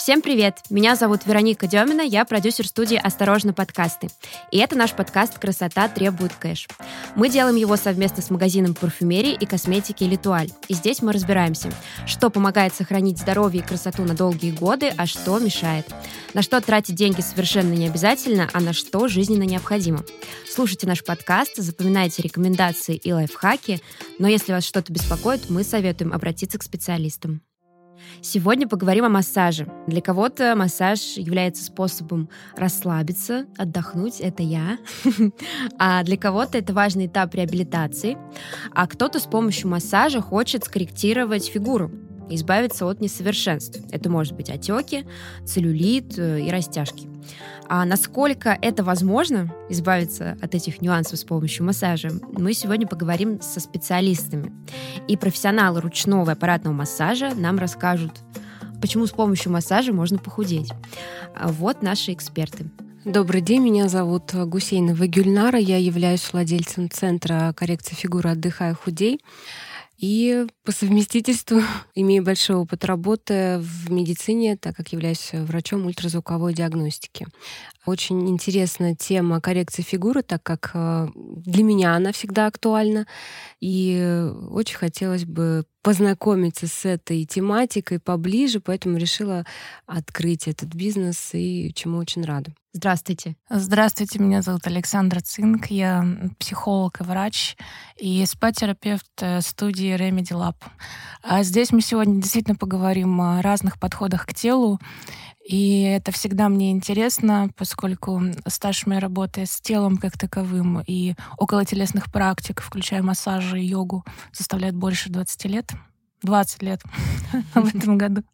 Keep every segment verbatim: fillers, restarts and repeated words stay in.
Всем привет! Меня зовут Вероника Демина, я продюсер студии «Осторожно, подкасты». И это наш подкаст «Красота требует кэш». Мы делаем его совместно с магазином парфюмерии и косметики «Литуаль». И здесь мы разбираемся, что помогает сохранить здоровье и красоту на долгие годы, а что мешает. На что тратить деньги совершенно не обязательно, а на что жизненно необходимо. Слушайте наш подкаст, запоминайте рекомендации и лайфхаки, но если вас что-то беспокоит, мы советуем обратиться к специалистам. Сегодня поговорим о массаже. Для кого-то массаж является способом расслабиться, отдохнуть, это я. А для кого-то это важный этап реабилитации. А кто-то с помощью массажа хочет скорректировать фигуру, избавиться от несовершенств. Это может быть отеки, целлюлит и растяжки. А насколько это возможно, избавиться от этих нюансов с помощью массажа, мы сегодня поговорим со специалистами. И профессионалы ручного и аппаратного массажа нам расскажут, почему с помощью массажа можно похудеть. Вот наши эксперты. Добрый день, меня зовут Гусейнова Гюльнара, я являюсь владельцем центра коррекции фигуры «Отдыхай, худей». И по совместительству имею большой опыт работы в медицине, так как являюсь врачом ультразвуковой диагностики. Очень интересна тема коррекции фигуры, так как для меня она всегда актуальна. И очень хотелось бы познакомиться с этой тематикой поближе, поэтому решила открыть этот бизнес, и чему очень рада. Здравствуйте. Здравствуйте, меня зовут Александра Цинк, я психолог и врач, и спа-терапевт студии Remedy Lab. А здесь мы сегодня действительно поговорим о разных подходах к телу, и это всегда мне интересно, поскольку стаж моей работы с телом как таковым и околотелесных практик, включая массажи и йогу, составляет больше двадцати лет. двадцать лет в этом году.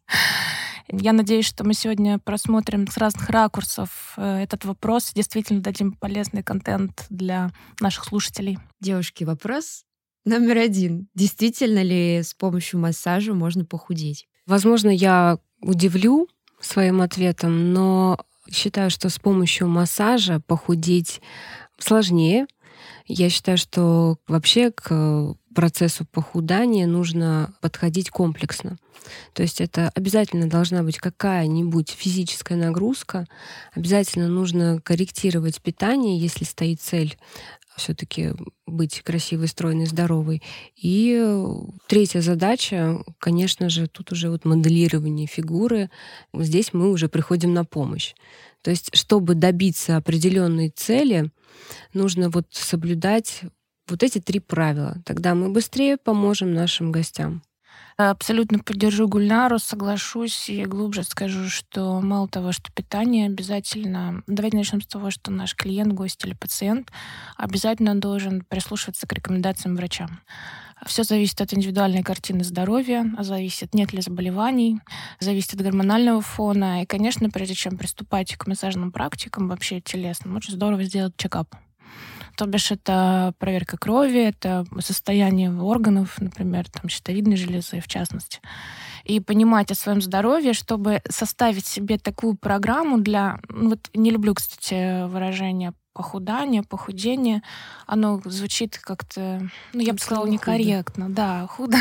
Я надеюсь, что мы сегодня просмотрим с разных ракурсов этот вопрос и действительно дадим полезный контент для наших слушателей. Девушки, вопрос номер один. Действительно ли с помощью массажа можно похудеть? Возможно, я удивлю своим ответом, но считаю, что с помощью массажа похудеть сложнее. Я считаю, что вообще к процессу похудания нужно подходить комплексно. То есть это обязательно должна быть какая-нибудь физическая нагрузка, обязательно нужно корректировать питание, если стоит цель все-таки быть красивой, стройной, здоровой. И третья задача, конечно же, тут уже вот моделирование фигуры. Здесь мы уже приходим на помощь. То есть, чтобы добиться определенной цели, нужно вот соблюдать вот эти три правила. Тогда мы быстрее поможем нашим гостям. Абсолютно поддержу Гульнару, соглашусь и глубже скажу, что мало того, что питание обязательно... Давайте начнем с того, что наш клиент, гость или пациент обязательно должен прислушиваться к рекомендациям врача. Все зависит от индивидуальной картины здоровья, зависит, нет ли заболеваний, зависит от гормонального фона. И, конечно, прежде чем приступать к массажным практикам, вообще телесным, очень здорово сделать чекап. То бишь это проверка крови, это состояние органов, например, там, щитовидной железы в частности. И понимать о своем здоровье, чтобы составить себе такую программу для... Ну, вот не люблю, кстати, выражение похудание, похудение, оно звучит как-то, ну, я бы сказала, некорректно. Худо. Да, худо.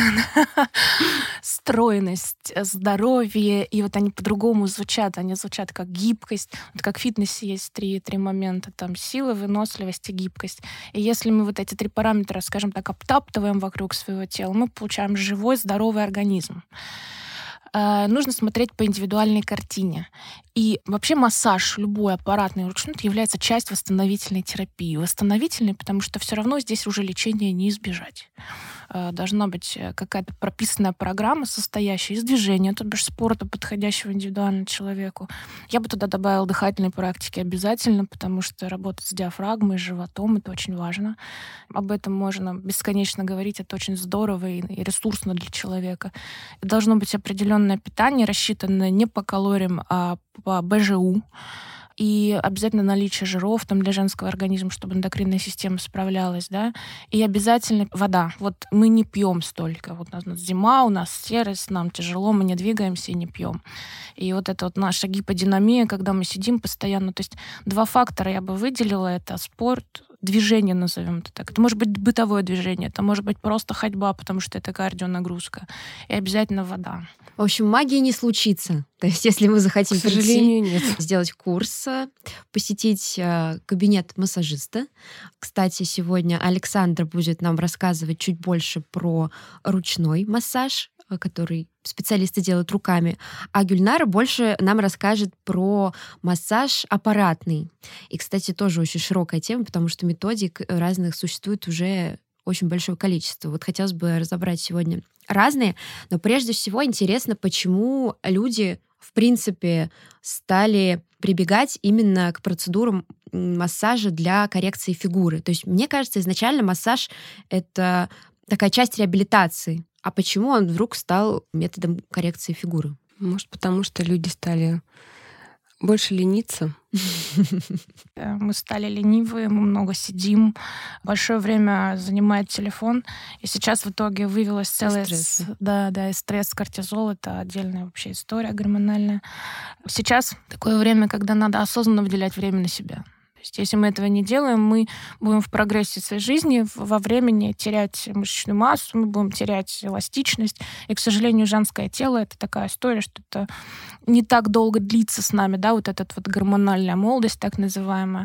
Стройность, здоровье, и вот они по-другому звучат. Они звучат как гибкость. Вот как в фитнесе есть три, три момента. Там сила, выносливость и гибкость. И если мы вот эти три параметра, скажем так, обтаптываем вокруг своего тела, мы получаем живой, здоровый организм. Нужно смотреть по индивидуальной картине. И вообще массаж, любой аппаратный ручной, является частью восстановительной терапии. Восстановительной, потому что все равно здесь уже лечения не избежать. Должна быть какая-то прописанная программа, состоящая из движения, то бишь спорта, подходящего индивидуально человеку. Я бы туда добавила дыхательные практики обязательно, потому что работать с диафрагмой, с животом — это очень важно. Об этом можно бесконечно говорить, это очень здорово и ресурсно для человека. И должно быть определенное питание, рассчитанное не по калориям, а по бэ жэ у. И обязательно наличие жиров там для женского организма, чтобы эндокринная система справлялась, да. И обязательно вода. Вот мы не пьем столько. Вот у нас зима, у нас серость, нам тяжело, мы не двигаемся и не пьем. И вот это вот наша гиподинамия, когда мы сидим постоянно. То есть два фактора я бы выделила. Это спорт движение, назовем это так. Это может быть бытовое движение, это может быть просто ходьба, потому что это кардионагрузка. И обязательно вода. В общем, магии не случится. То есть, если мы захотим, к сожалению, нет. сделать курс, посетить кабинет массажиста. Кстати, сегодня Александра будет нам рассказывать чуть больше про ручной массаж, который специалисты делают руками, а Гюльнара больше нам расскажет про массаж аппаратный. И, кстати, тоже очень широкая тема, потому что методик разных существует уже очень большое количество. Вот хотелось бы разобрать сегодня разные, но прежде всего интересно, почему люди, в принципе, стали прибегать именно к процедурам массажа для коррекции фигуры. То есть, мне кажется, изначально массаж — это такая часть реабилитации. А почему он вдруг стал методом коррекции фигуры? Может, потому что люди стали больше лениться. Мы стали ленивые, мы много сидим, большое время занимает телефон, и сейчас в итоге вывелась целая... Стресс. Да, да, и стресс, кортизол — это отдельная вообще история гормональная. Сейчас такое время, когда надо осознанно выделять время на себя. То есть если мы этого не делаем, мы будем в прогрессе своей жизни во времени терять мышечную массу, мы будем терять эластичность. И, к сожалению, женское тело — это такая история, что это не так долго длится с нами, да, вот эта вот гормональная молодость, так называемая.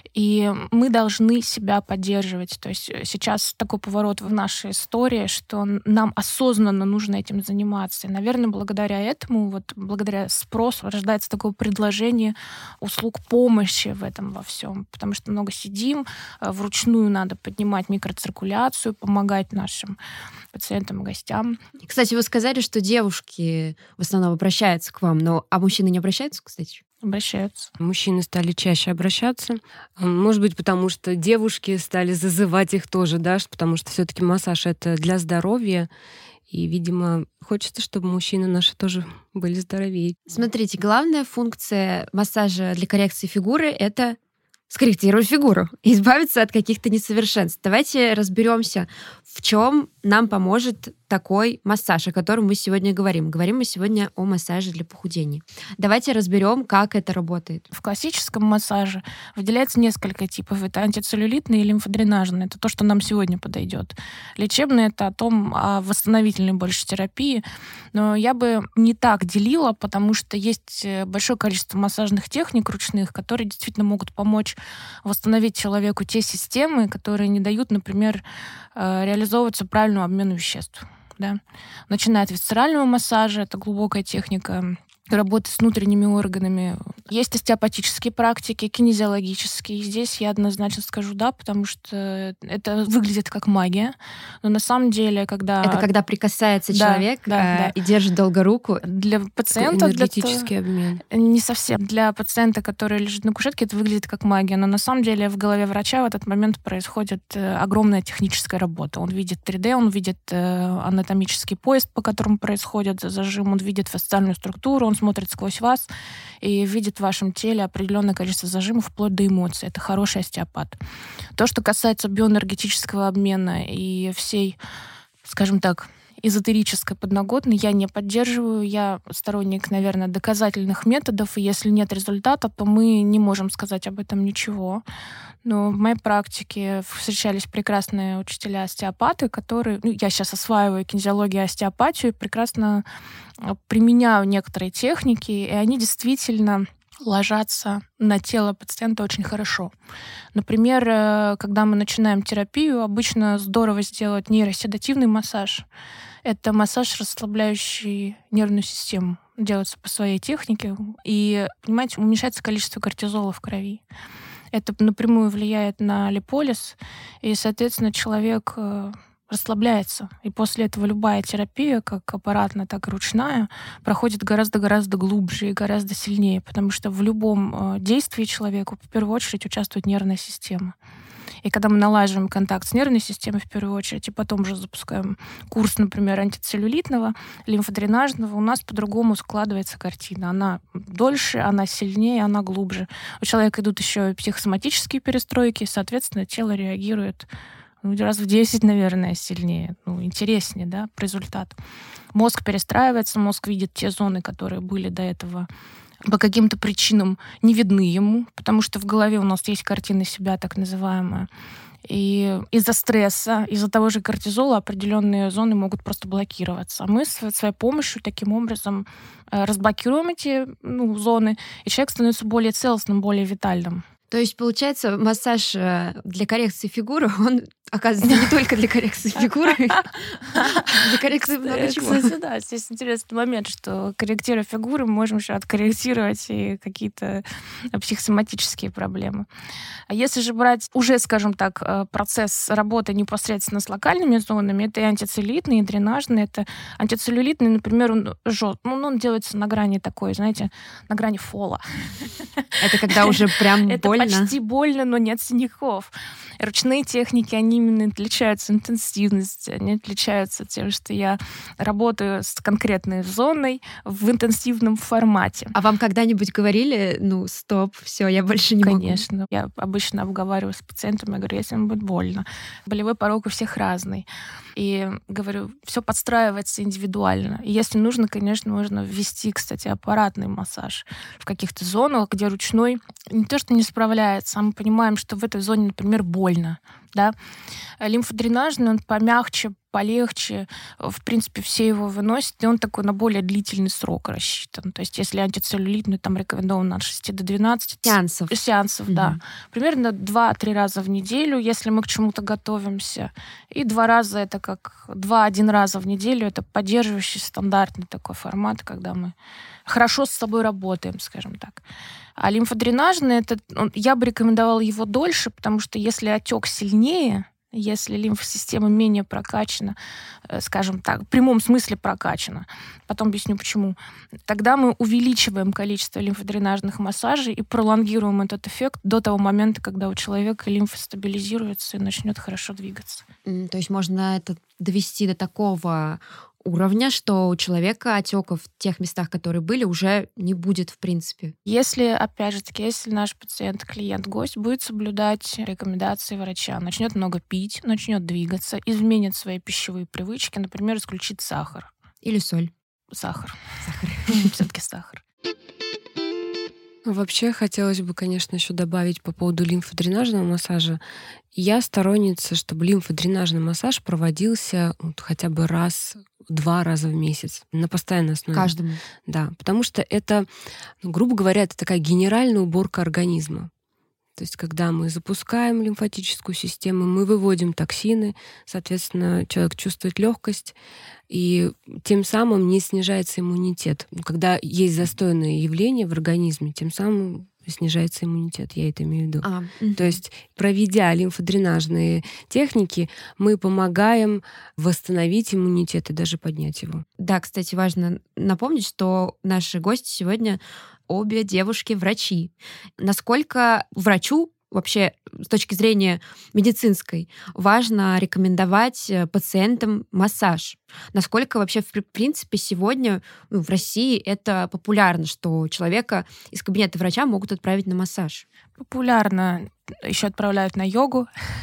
И мы должны себя поддерживать. То есть сейчас такой поворот в нашей истории, что нам осознанно нужно этим заниматься. И, наверное, благодаря этому, вот благодаря спросу рождается такое предложение услуг помощи в этом во всем. Потому что много сидим, вручную надо поднимать микроциркуляцию, помогать нашим пациентам и гостям. Кстати, вы сказали, что девушки в основном обращаются к вам, но а мужчины не обращаются, кстати? Обращаются. Мужчины стали чаще обращаться. Может быть, потому что девушки стали зазывать их тоже, да, потому что все-таки массаж — это для здоровья. И, видимо, хочется, чтобы мужчины наши тоже были здоровее. Смотрите, главная функция массажа для коррекции фигуры — это скорректировать фигуру, избавиться от каких-то несовершенств. Давайте разберемся, в чем нам поможет такой массаж, о котором мы сегодня говорим. Говорим мы сегодня о массаже для похудения. Давайте разберем, как это работает. В классическом массаже выделяется несколько типов. Это антицеллюлитный и лимфодренажный. Это то, что нам сегодня подойдет. Лечебный — это о том, о восстановительной больше терапии. Но я бы не так делила, потому что есть большое количество массажных техник ручных, которые действительно могут помочь восстановить человеку те системы, которые не дают, например, реализовываться правильному обмену веществ. Да. Начиная от висцерального массажа, это глубокая техника работы с внутренними органами. Есть остеопатические практики, кинезиологические. Здесь я однозначно скажу «да», потому что это выглядит как магия. Но на самом деле, когда... Это когда прикасается да, человек да, а, да. и держит долго руку. Для пациента... Энергетический для... обмен. Не совсем. Для пациента, который лежит на кушетке, это выглядит как магия. Но на самом деле в голове врача в этот момент происходит огромная техническая работа. Он видит три дэ, он видит анатомический поезд, по которому происходит зажим, он видит фасциальную структуру, он смотрит сквозь вас и видит в вашем теле определенное количество зажимов вплоть до эмоций. Это хороший остеопат. То, что касается биоэнергетического обмена и всей, скажем так, эзотерической подноготной, я не поддерживаю. Я сторонник, наверное, доказательных методов, и если нет результата, то мы не можем сказать об этом ничего. Но в моей практике встречались прекрасные учителя-остеопаты, которые... Ну, я сейчас осваиваю кинезиологию и остеопатию, прекрасно применяю некоторые техники, и они действительно ложатся на тело пациента очень хорошо. Например, когда мы начинаем терапию, обычно здорово сделать нейроседативный массаж. Это массаж, расслабляющий нервную систему. Делается по своей технике. И, понимаете, уменьшается количество кортизола в крови. Это напрямую влияет на липолиз, и, соответственно, человек расслабляется. И после этого любая терапия, как аппаратная, так и ручная, проходит гораздо-гораздо глубже и гораздо сильнее, потому что в любом действии человека в первую очередь участвует нервная система. И когда мы налаживаем контакт с нервной системой в первую очередь, и потом уже запускаем курс, например, антицеллюлитного, лимфодренажного, у нас по-другому складывается картина. Она дольше, она сильнее, она глубже. У человека идут еще психосоматические перестройки, и, соответственно, тело реагирует Ну, раз в десять, наверное, сильнее, ну, интереснее, да, по результату. Мозг перестраивается, мозг видит те зоны, которые были до этого по каким-то причинам не видны ему, потому что в голове у нас есть картина себя, так называемая. И из-за стресса, из-за того же кортизола определенные зоны могут просто блокироваться. А мы с своей помощью таким образом разблокируем эти ну, зоны, и человек становится более целостным, более витальным. То есть, получается, массаж для коррекции фигуры, он, оказывается, не только для коррекции фигуры, а для коррекции много чего. Кстати, да, здесь интересный момент, что корректируя фигуры, мы можем еще откорректировать и какие-то психосоматические проблемы. А если же брать уже, скажем так, процесс работы непосредственно с локальными зонами, это и антицеллюлитный, и дренажный. Это антицеллюлитный, например, он жжет. Ну, он делается на грани такой, знаете, на грани фола. Это когда уже прям больно? Это почти больно, но нет синяков. Ручные техники, они именно отличаются интенсивностью, они отличаются тем, что я работаю с конкретной зоной в интенсивном формате. А вам когда-нибудь говорили, ну, стоп, все, я больше не могу? Конечно. Я обычно обговариваю с пациентами, я говорю, если вам будет больно. Болевой порог у всех разный. И говорю, все подстраивается индивидуально. И если нужно, конечно, можно ввести, кстати, аппаратный массаж в каких-то зонах, где ручной не то, что не справляется, а мы понимаем, что в этой зоне, например, больно. Да? Лимфодренажный, он помягче, полегче. В принципе, все его выносят, и он такой на более длительный срок рассчитан. То есть, если антицеллюлитный, там рекомендовано от шести до двенадцати сеансов. Сеансов, mm-hmm. да. Примерно два-три раза в неделю, если мы к чему-то готовимся. И два раза это как... Два-один раза в неделю это поддерживающий стандартный такой формат, когда мы хорошо с собой работаем, скажем так. А лимфодренажный, это, он, я бы рекомендовала его дольше, потому что если отек сильнее, если лимфосистема менее прокачана, скажем так, в прямом смысле прокачана, потом объясню почему, тогда мы увеличиваем количество лимфодренажных массажей и пролонгируем этот эффект до того момента, когда у человека лимфа стабилизируется и начнет хорошо двигаться. То есть можно это довести до такого уровня, что у человека отеков в тех местах, которые были, уже не будет в принципе. Если, опять же таки, если наш пациент, клиент, гость будет соблюдать рекомендации врача, начнет много пить, начнет двигаться, изменит свои пищевые привычки, например, исключит сахар. Или соль. Сахар. Сахар. Все-таки сахар. Вообще хотелось бы, конечно, еще добавить по поводу лимфодренажного массажа. Я сторонница, чтобы лимфодренажный массаж проводился вот хотя бы раз, два раза в месяц на постоянной основе. Каждому. Да, потому что это, ну, грубо говоря, это такая генеральная уборка организма. То есть, когда мы запускаем лимфатическую систему, мы выводим токсины, соответственно, человек чувствует легкость, и тем самым не снижается иммунитет. Когда есть застойное явление в организме, тем самым снижается иммунитет, я это имею в виду. А, угу. То есть, проведя лимфодренажные техники, мы помогаем восстановить иммунитет и даже поднять его. Да, кстати, важно напомнить, что наши гости сегодня обе девушки-врачи. Насколько врачу вообще с точки зрения медицинской важно рекомендовать пациентам массаж? Насколько вообще, в принципе, сегодня ну, в России это популярно, что человека из кабинета врача могут отправить на массаж? Популярно. Еще отправляют на йогу.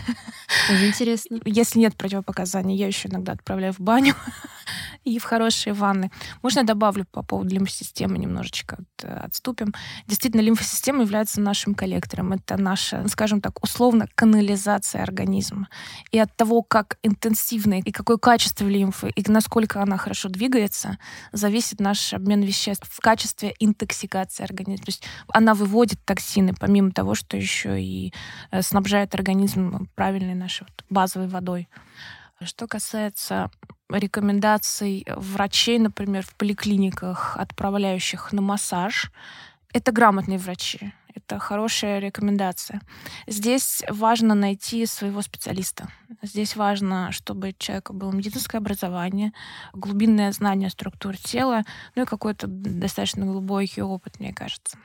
Тоже интересно. Если нет противопоказаний, я еще иногда отправляю в баню и в хорошие ванны. Можно я добавлю по поводу лимфосистемы немножечко отступим. Действительно, лимфосистема является нашим коллектором. Это наша, скажем так, условно канализация организма. И от того, как интенсивно и какое качество лимфы, и насколько она хорошо двигается, зависит наш обмен веществ в качестве интоксикации организма. То есть она выводит токсины, помимо того, что еще и снабжает организм правильной нашей вот базовой водой. Что касается рекомендаций врачей, например, в поликлиниках, отправляющих на массаж, это грамотные врачи, это хорошая рекомендация. Здесь важно найти своего специалиста. Здесь важно, чтобы у человека было медицинское образование, глубинное знание структур тела, ну и какой-то достаточно глубокий опыт, мне кажется.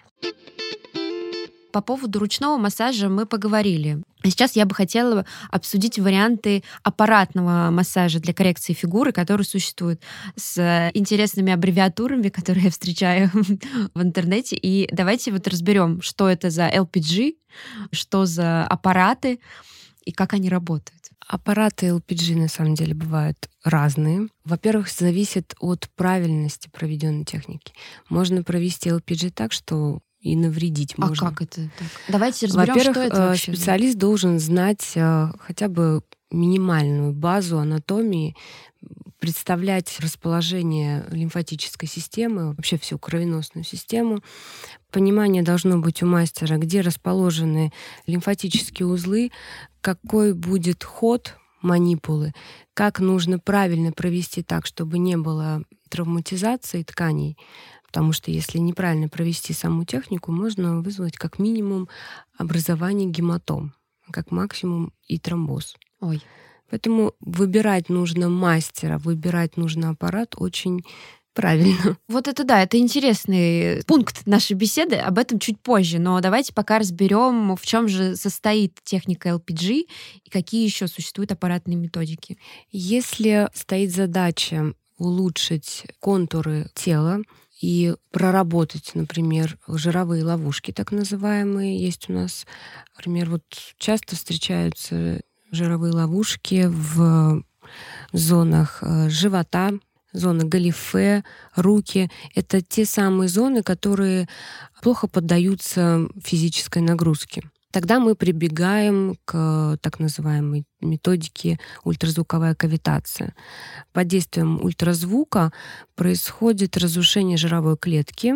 По поводу ручного массажа мы поговорили. Сейчас я бы хотела обсудить варианты аппаратного массажа для коррекции фигуры, которые существуют, с интересными аббревиатурами, которые я встречаю в интернете. И давайте вот разберем, что это за эл пи джи, что за аппараты и как они работают. Аппараты эл пи джи на самом деле бывают разные. Во-первых, зависит от правильности проведенной техники. Можно провести эл пи джи так, что и навредить А можно. как это так? Давайте разберем, Во-первых, что это вообще. специалист должен знать хотя бы минимальную базу анатомии, представлять расположение лимфатической системы, вообще всю кровеносную систему. Понимание должно быть у мастера, где расположены лимфатические узлы, какой будет ход манипулы, как нужно правильно провести так, чтобы не было травматизации тканей. Потому что если неправильно провести саму технику, можно вызвать как минимум образование гематом, как максимум и тромбоз. Ой. Поэтому выбирать нужно мастера, выбирать нужно аппарат очень правильно. Вот это да, это интересный пункт нашей беседы, об этом чуть позже, но давайте пока разберем, в чем же состоит техника эл пи джи и какие еще существуют аппаратные методики. Если стоит задача улучшить контуры тела и проработать, например, жировые ловушки, так называемые, есть у нас, например, вот часто встречаются жировые ловушки в зонах живота, зона галифе, руки. Это те самые зоны, которые плохо поддаются физической нагрузке. Тогда мы прибегаем к так называемой методике ультразвуковая кавитация. Под действием ультразвука происходит разрушение жировой клетки,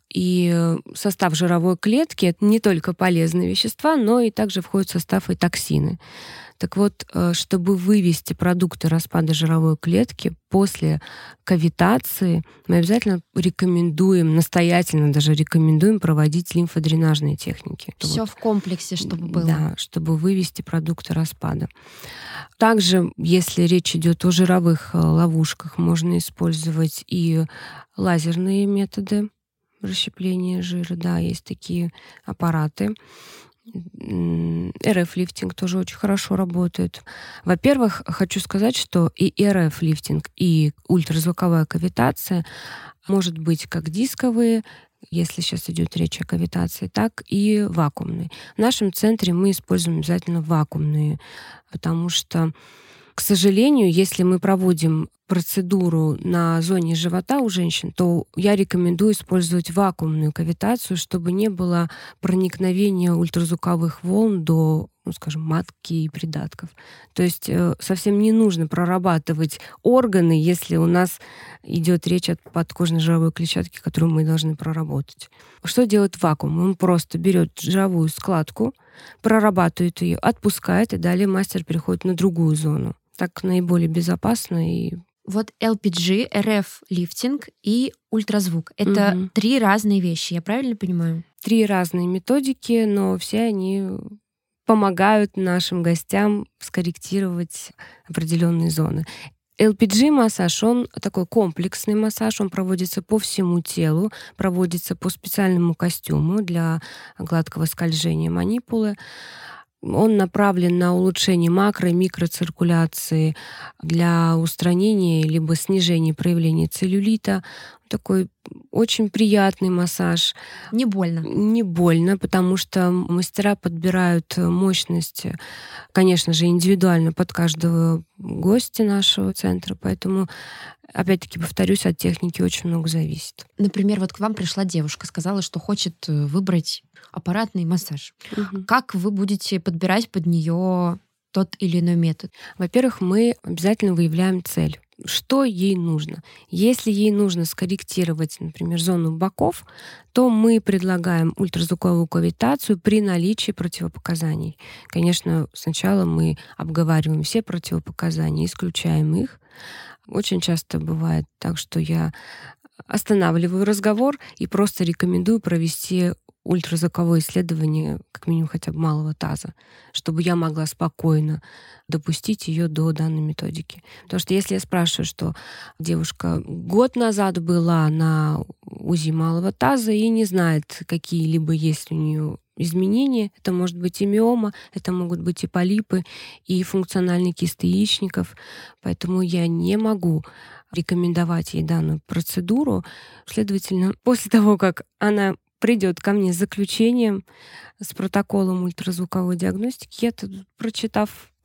и состав жировой клетки — это не только полезные вещества, но и также входят в состав и токсины. Так вот, чтобы вывести продукты распада жировой клетки после кавитации, мы обязательно рекомендуем, настоятельно даже рекомендуем проводить лимфодренажные техники. Все вот, в комплексе, чтобы было. Да, чтобы вывести продукты распада. Также, если речь идет о жировых ловушках, можно использовать и лазерные методы расщепления жира. Да, есть такие аппараты. эр эф-лифтинг тоже очень хорошо работает. Во-первых, хочу сказать, что и эр эф-лифтинг, и ультразвуковая кавитация может быть как дисковые, если сейчас идет речь о кавитации, так и вакуумные. В нашем центре мы используем обязательно вакуумные, потому что, к сожалению, если мы проводим процедуру на зоне живота у женщин, то я рекомендую использовать вакуумную кавитацию, чтобы не было проникновения ультразвуковых волн до, ну, скажем, матки и придатков. То есть э, совсем не нужно прорабатывать органы, если у нас идет речь о подкожной жировой клетчатке, которую мы должны проработать. Что делает вакуум? Он просто берет жировую складку, прорабатывает ее, отпускает, и далее мастер переходит на другую зону. Так наиболее безопасно и Вот эл пи джи, эр эф-лифтинг и ультразвук. Это угу. три разные вещи, я правильно понимаю? Три разные методики, но все они помогают нашим гостям скорректировать определенные зоны. эл пи джи-массаж, он такой комплексный массаж, он проводится по всему телу, проводится по специальному костюму для гладкого скольжения манипулы. Он направлен на улучшение макро- и микроциркуляции, для устранения либо снижения проявления целлюлита. Такой очень приятный массаж. Не больно. Не больно, потому что мастера подбирают мощность, конечно же, индивидуально под каждого гостя нашего центра, поэтому, опять-таки, повторюсь, от техники очень много зависит. Например, вот к вам пришла девушка, сказала, что хочет выбрать аппаратный массаж. Угу. Как вы будете подбирать под нее тот или иной метод? Во-первых, мы обязательно выявляем цель. Что ей нужно? Если ей нужно скорректировать, например, зону боков, то мы предлагаем ультразвуковую кавитацию при наличии противопоказаний. Конечно, сначала мы обговариваем все противопоказания, исключаем их. Очень часто бывает так, что я останавливаю разговор и просто рекомендую провести ультразвуковое исследование, как минимум хотя бы малого таза, чтобы я могла спокойно допустить ее до данной методики. Потому что если я спрашиваю, что девушка год назад была на УЗИ малого таза и не знает, какие-либо есть у нее изменения, это может быть и миома, это могут быть и полипы, и функциональные кисты яичников, поэтому я не могу рекомендовать ей данную процедуру. Следовательно, после того, как она придет ко мне с заключением, с протоколом ультразвуковой диагностики, я, прочитав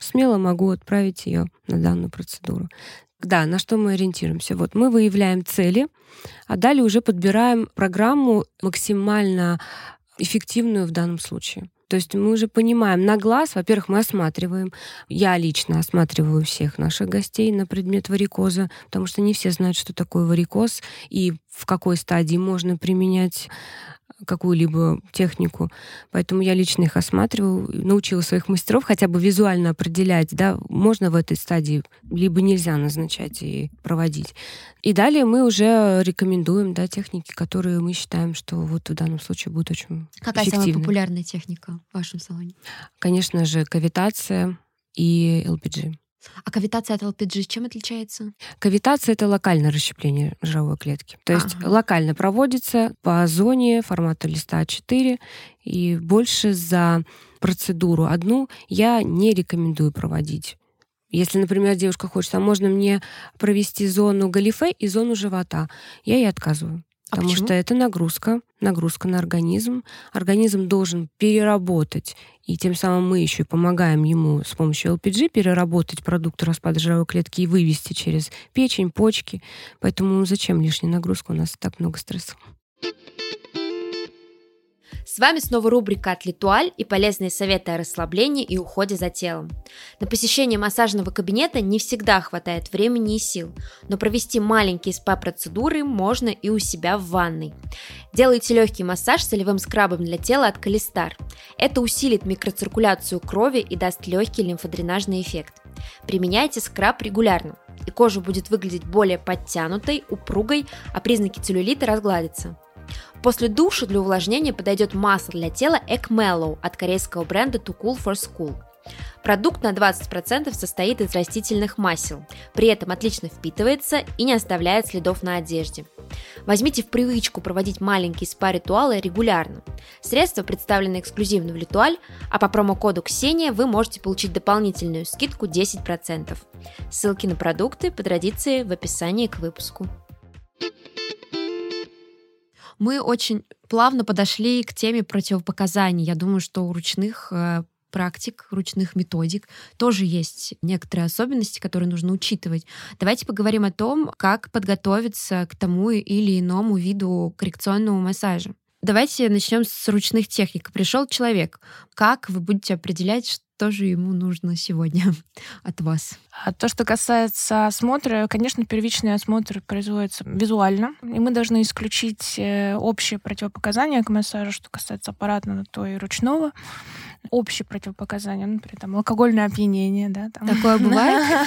смело могу отправить ее на данную процедуру. Да, на что мы ориентируемся? Вот мы выявляем цели, а далее уже подбираем программу максимально эффективную в данном случае. То есть мы уже понимаем на глаз, во-первых, мы осматриваем. Я лично осматриваю всех наших гостей на предмет варикоза, потому что не все знают, что такое варикоз и в какой стадии можно применять какую-либо технику. Поэтому я лично их осматриваю, научила своих мастеров хотя бы визуально определять, да, можно в этой стадии, либо нельзя назначать и проводить. И далее мы уже рекомендуем, да, техники, которые мы считаем, что вот в данном случае будут очень Какая эффективны. самая популярная техника в вашем салоне? Конечно же, кавитация и эл пи джи. А кавитация от эл пи джи чем отличается? Кавитация — это локальное расщепление жировой клетки. То есть Ага. локально проводится по зоне формата листа а четыре, и больше за процедуру одну я не рекомендую проводить. Если, например, девушка хочет, а можно мне провести зону галифе и зону живота, я ей отказываю. А Потому почему? что это нагрузка, нагрузка на организм. Организм должен переработать, и тем самым мы еще помогаем ему с помощью эл пи джи переработать продукты распада жировой клетки и вывести через печень, почки. Поэтому зачем лишняя нагрузка? У нас и так много стресса. С вами снова рубрика от Литуаль и полезные советы о расслаблении и уходе за телом. На посещение массажного кабинета не всегда хватает времени и сил, но провести маленькие спа-процедуры можно и у себя в ванной. Делайте легкий массаж с солевым скрабом для тела от Калистар. Это усилит микроциркуляцию крови и даст легкий лимфодренажный эффект. Применяйте скраб регулярно, и кожа будет выглядеть более подтянутой, упругой, а признаки целлюлита разгладятся. После душа для увлажнения подойдет масло для тела Egg Mellow от корейского бренда Too Cool for School. Продукт на двадцать процентов состоит из растительных масел, при этом отлично впитывается и не оставляет следов на одежде. Возьмите в привычку проводить маленькие спа-ритуалы регулярно. Средства представлены эксклюзивно в Литуаль, а по промокоду Ксения вы можете получить дополнительную скидку десять процентов. Ссылки на продукты по традиции в описании к выпуску. Мы очень плавно подошли к теме противопоказаний. Я думаю, что у ручных э, практик, ручных методик тоже есть некоторые особенности, которые нужно учитывать. Давайте поговорим о том, как подготовиться к тому или иному виду коррекционного массажа. Давайте начнем с ручных техник. Пришел человек. Как вы будете определять, что же ему нужно сегодня от вас? А то, что касается осмотра, конечно, первичный осмотр производится визуально, и мы должны исключить общие противопоказания к массажу, что касается аппаратного, то и ручного. Общие противопоказания, например, там, алкогольное опьянение, да, там. Такое бывает?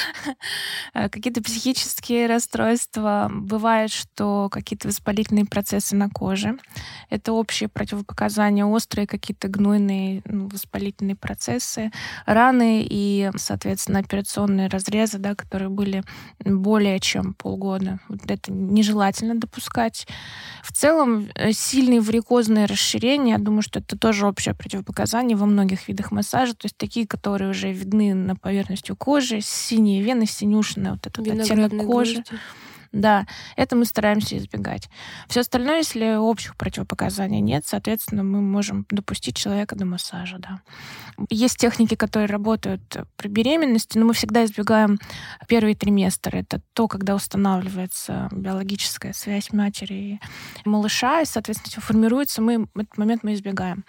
Какие-то психические расстройства. Бывает, что какие-то воспалительные процессы на коже. Это общие противопоказания, острые какие-то гнойные, ну, воспалительные процессы, раны и, соответственно, операционные разрезы, да, которые были более чем полгода. Вот это нежелательно допускать. В целом, сильные варикозные расширения, я думаю, что это тоже общее противопоказание во многих видах массажа, то есть такие, которые уже видны на поверхности кожи, синие вены, синюшная вот этот оттенок кожи. Гвозди. Да, это мы стараемся избегать. Все остальное, если общих противопоказаний нет, соответственно, мы можем допустить человека до массажа, да. Есть техники, которые работают при беременности, но мы всегда избегаем первый триместр. Это то, когда устанавливается биологическая связь матери и малыша, и, соответственно, все формируется, мы этот момент мы избегаем.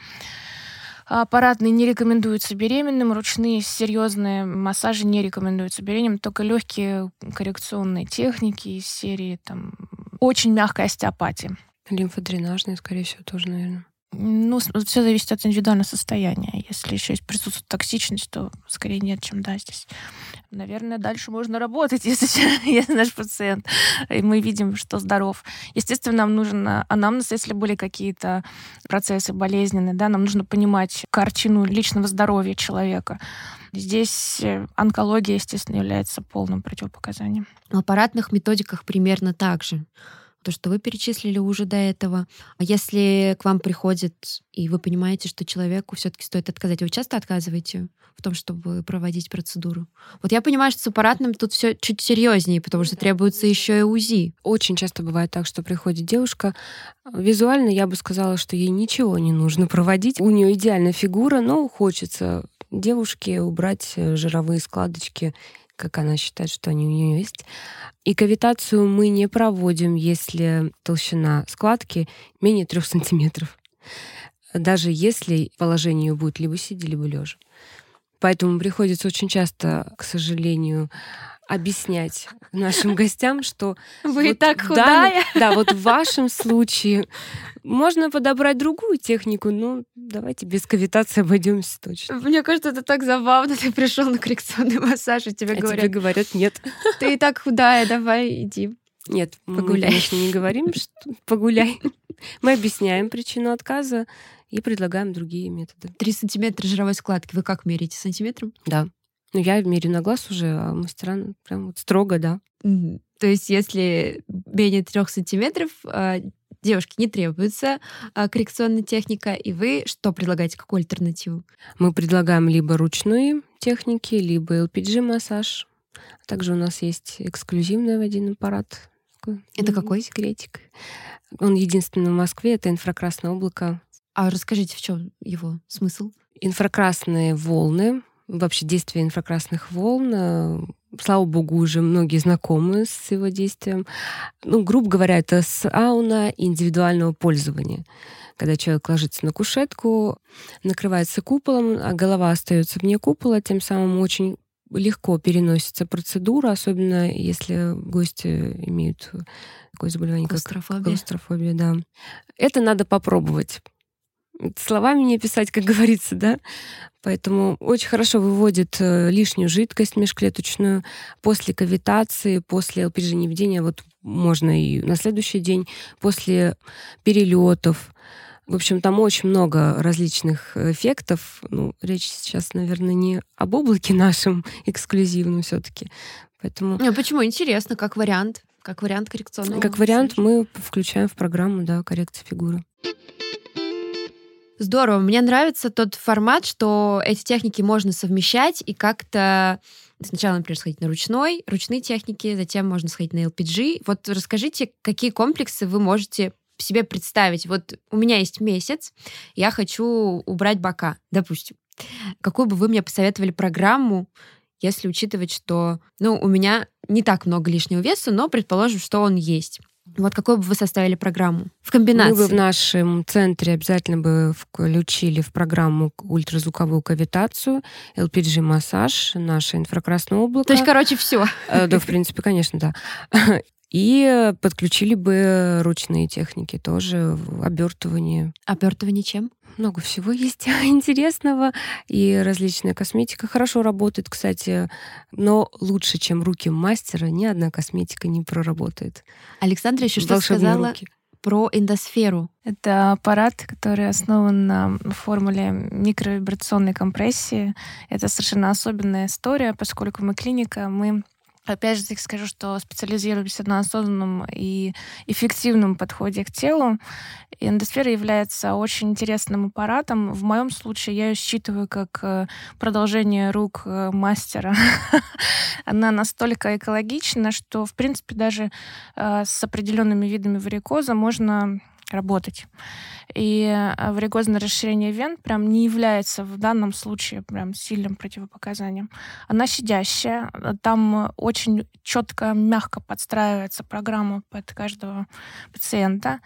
Аппаратные не рекомендуются беременным, ручные серьезные массажи не рекомендуются беременным, только легкие коррекционные техники из серии там очень мягкой остеопатии. Лимфодренажные, скорее всего, тоже, наверное. Ну, все зависит от индивидуального состояния. Если еще есть присутствует токсичность, то скорее нет, чем да здесь. Наверное, дальше можно работать, если, если наш пациент, и мы видим, что здоров. Естественно, нам нужен анамнез, если были какие-то процессы болезненные, да, нам нужно понимать картину личного здоровья человека. Здесь онкология, естественно, является полным противопоказанием. В аппаратных методиках примерно так же. То, что вы перечислили уже до этого. А если к вам приходит, и вы понимаете, что человеку все-таки стоит отказать, вы часто отказываете в том, чтобы проводить процедуру? Вот я понимаю, что с аппаратным тут все чуть серьезнее, потому что требуется еще и УЗИ. Очень часто бывает так, что приходит девушка. Визуально я бы сказала, что ей ничего не нужно проводить. У нее идеальная фигура, но хочется девушки, убрать жировые складочки, как она считает, что они у нее есть. И кавитацию мы не проводим, если толщина складки менее трех сантиметров. Даже если положение ее будет либо сидя, либо лежа. Поэтому приходится очень часто, к сожалению, объяснять нашим гостям, что... Вы вот и так худая. Да, да, вот в вашем случае можно подобрать другую технику, но давайте без кавитации обойдемся точно. Мне кажется, это так забавно. Ты пришел на коррекционный массаж, и тебе А говорят... тебе говорят, нет. Ты и так худая, давай иди. Нет, Погуляй. мы, конечно, не говорим, что погуляй. Мы объясняем причину отказа и предлагаем другие методы. Три сантиметра жировой складки. Вы как меряете? Сантиметром? Да. Ну, я мерю на глаз уже, а мастера прям вот строго, да. Mm-hmm. То есть, если менее трех сантиметров, девушке не требуется коррекционная техника, и вы что предлагаете, какую альтернативу? Мы предлагаем либо ручные техники, либо эл пи джи-массаж. Также у нас есть эксклюзивный один аппарат. Это какой? Секретик. Он единственный в Москве, это инфракрасное облако. А расскажите, в чем его смысл? Инфракрасные волны, вообще действие инфракрасных волн, слава богу, уже многие знакомы с его действием. Ну, грубо говоря, это сауна индивидуального пользования. Когда человек ложится на кушетку, накрывается куполом, а голова остается вне купола, тем самым очень легко переносится процедура, особенно если гости имеют такое заболевание, клаустрофобия. как клаустрофобия. Да. Это надо попробовать. Словами не писать, как говорится, да. Поэтому очень хорошо выводит лишнюю жидкость межклеточную после кавитации, после эл пи джи-неведения, вот можно и на следующий день, после перелетов. В общем, там очень много различных эффектов. Ну, речь сейчас, наверное, не об облаке нашем эксклюзивном все-таки. Поэтому... А почему? Интересно, как вариант. Как вариант коррекционного. Как вариант мы включаем в программу, да, коррекции фигуры. Здорово. Мне нравится тот формат, что эти техники можно совмещать и как-то сначала, например, сходить на ручной, ручные техники, затем можно сходить на эл пи джи. Вот расскажите, какие комплексы вы можете себе представить. Вот у меня есть месяц, я хочу убрать бока, допустим. Какую бы вы мне посоветовали программу, если учитывать, что, ну, у меня не так много лишнего веса, но предположим, что он есть. Вот какую бы вы составили программу в комбинации? Мы бы в нашем центре обязательно бы включили в программу ультразвуковую кавитацию, эл пи джи-массаж, наше инфракрасное облако. То есть, короче, все. Да, в принципе, конечно, да. И подключили бы ручные техники тоже, обертывание. Обертывание чем? Много всего есть интересного. И различная косметика хорошо работает, кстати. Но лучше, чем руки мастера, ни одна косметика не проработает. Александра еще что сказала руки. Про эндосферу. Это аппарат, который основан на формуле микровибрационной компрессии. Это совершенно особенная история, поскольку мы клиника, мы... Опять же, скажу, что специализируемся на осознанном и эффективном подходе к телу. И эндосфера является очень интересным аппаратом. В моем случае я ее считываю как продолжение рук мастера. Она настолько экологична, что, в принципе, даже с определенными видами варикоза можно работать. И варикозное расширение вен прям не является в данном случае прям сильным противопоказанием. Она щадящая, там очень четко, мягко подстраивается программа под каждого пациента,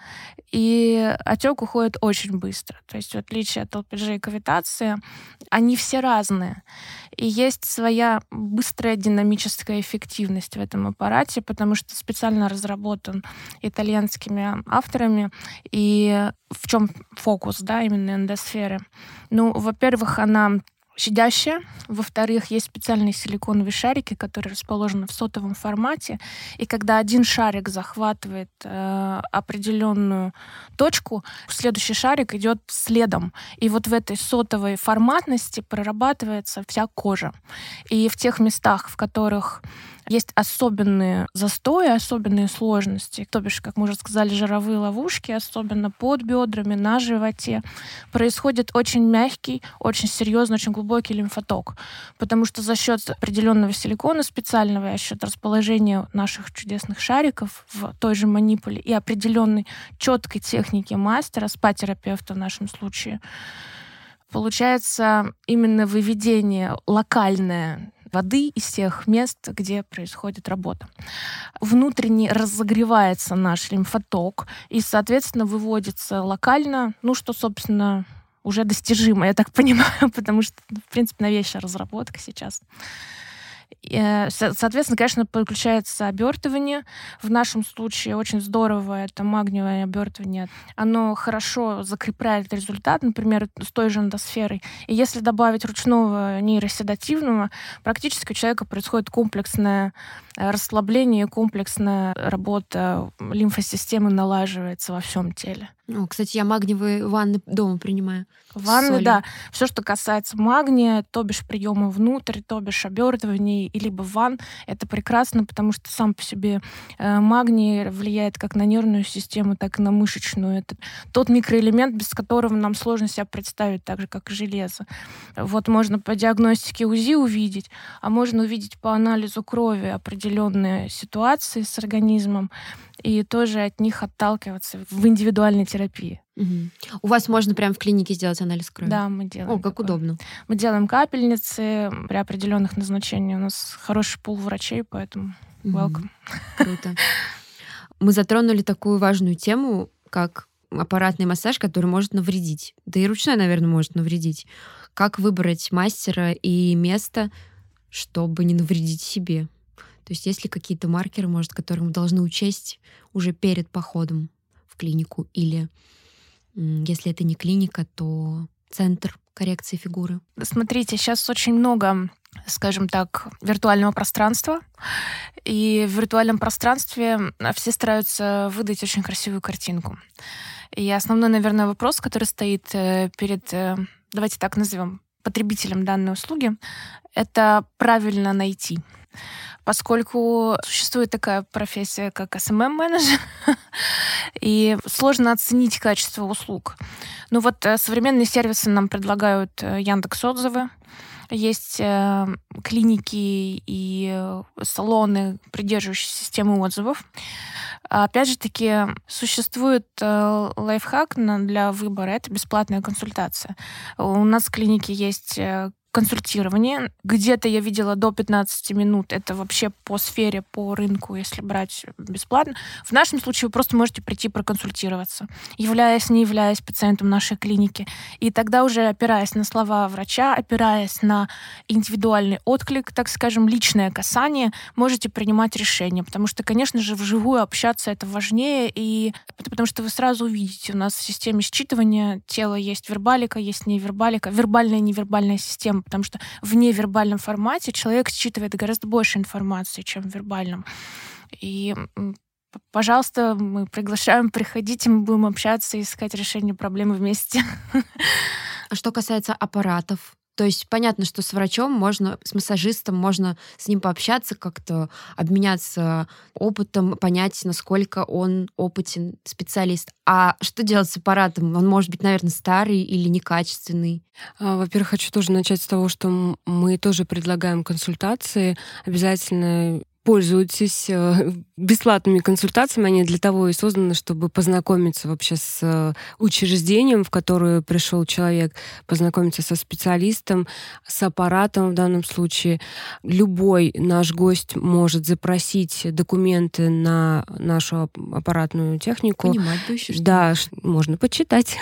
и отек уходит очень быстро. То есть в отличие от эл пи джи и кавитации, они все разные. И есть своя быстрая динамическая эффективность в этом аппарате, потому что специально разработан итальянскими авторами. И в чем фокус, да, именно эндосферы? Ну, во-первых, она щадящая. Во-вторых, есть специальные силиконовые шарики, которые расположены в сотовом формате. И когда один шарик захватывает э, определенную точку, следующий шарик идет следом. И вот в этой сотовой форматности прорабатывается вся кожа. И в тех местах, в которых есть особенные застои, особенные сложности, то бишь, как мы уже сказали, жировые ловушки, особенно под бедрами, на животе, происходит очень мягкий, очень серьезный, очень глубокий лимфоток. Потому что за счет определенного силикона специального, за счет расположения наших чудесных шариков в той же манипуле и определенной четкой техники мастера, спа-терапевта в нашем случае, Получается именно выведение локальное воды из тех мест, где происходит работа. Внутренне разогревается наш лимфоток и, соответственно, выводится локально, ну, что, собственно, уже достижимо, я так понимаю, потому что, в принципе, новейшая разработка сейчас. Соответственно, конечно, подключается обертывание. В нашем случае очень здорово это магниевое обертывание. Оно хорошо закрепляет результат, например, с той же эндосферой. И если добавить ручного нейроседативного, практически у человека происходит комплексное расслабление, комплексная работа лимфосистемы налаживается во всем теле. О, кстати, я магниевые ванны дома принимаю. Ванны, да. Все, что касается магния, то бишь приема внутрь, то бишь обертываний, и либо ванн, это прекрасно, потому что сам по себе э, магний влияет как на нервную систему, так и на мышечную. Это тот микроэлемент, без которого нам сложно себя представить, так же, как и железо. Вот можно по диагностике УЗИ увидеть, а можно увидеть по анализу крови определенные ситуации с организмом и тоже от них отталкиваться в индивидуальной терапии. Угу. У вас можно прямо в клинике сделать анализ крови? Да, мы делаем. О, как такое. удобно. Мы делаем капельницы при определенных назначениях. У нас хороший пул врачей, поэтому угу. welcome. Круто. Мы затронули такую важную тему, как аппаратный массаж, который может навредить. Да и ручной, наверное, может навредить. Как выбрать мастера и место, чтобы не навредить себе? То есть есть ли какие-то маркеры, может, которые мы должны учесть уже перед походом в клинику? Или если это не клиника, то центр коррекции фигуры? Смотрите, сейчас очень много, скажем так, виртуального пространства. И в виртуальном пространстве все стараются выдать очень красивую картинку. И основной, наверное, вопрос, который стоит перед, давайте так назовем, потребителем данной услуги, это правильно найти. Поскольку существует такая профессия, как эс эм эм-менеджер, и сложно оценить качество услуг. Ну вот современные сервисы нам предлагают Яндекс.Отзывы, есть э, клиники и салоны, придерживающиеся системы отзывов. Опять же таки, существует э, лайфхак для выбора, это бесплатная консультация. У нас в клинике есть э, консультирование. Где-то я видела до пятнадцати минут. Это вообще по сфере, по рынку, если брать бесплатно. В нашем случае вы просто можете прийти проконсультироваться, являясь, не являясь пациентом нашей клиники. И тогда уже, опираясь на слова врача, опираясь на индивидуальный отклик, так скажем, личное касание, можете принимать решение. Потому что, конечно же, вживую общаться это важнее, и потому что вы сразу увидите, у нас в системе считывания тела есть вербалика, есть невербалика, вербальная и невербальная система, потому что в невербальном формате человек считывает гораздо больше информации, чем в вербальном. И, пожалуйста, мы приглашаем, приходите, мы будем общаться и искать решение проблемы вместе. А что касается аппаратов? То есть понятно, что с врачом можно, с массажистом можно с ним пообщаться, как-то обменяться опытом, понять, насколько он опытен специалист. А что делать с аппаратом? Он может быть, наверное, старый или некачественный. Во-первых, хочу тоже начать с того, что мы тоже предлагаем консультации. Обязательно пользуйтесь бесплатными консультациями. Они для того и созданы, чтобы познакомиться вообще с учреждением, в которое пришел человек, познакомиться со специалистом, с аппаратом в данном случае. Любой наш гость может запросить документы на нашу аппаратную технику. Понимать бы еще, что да, можно почитать.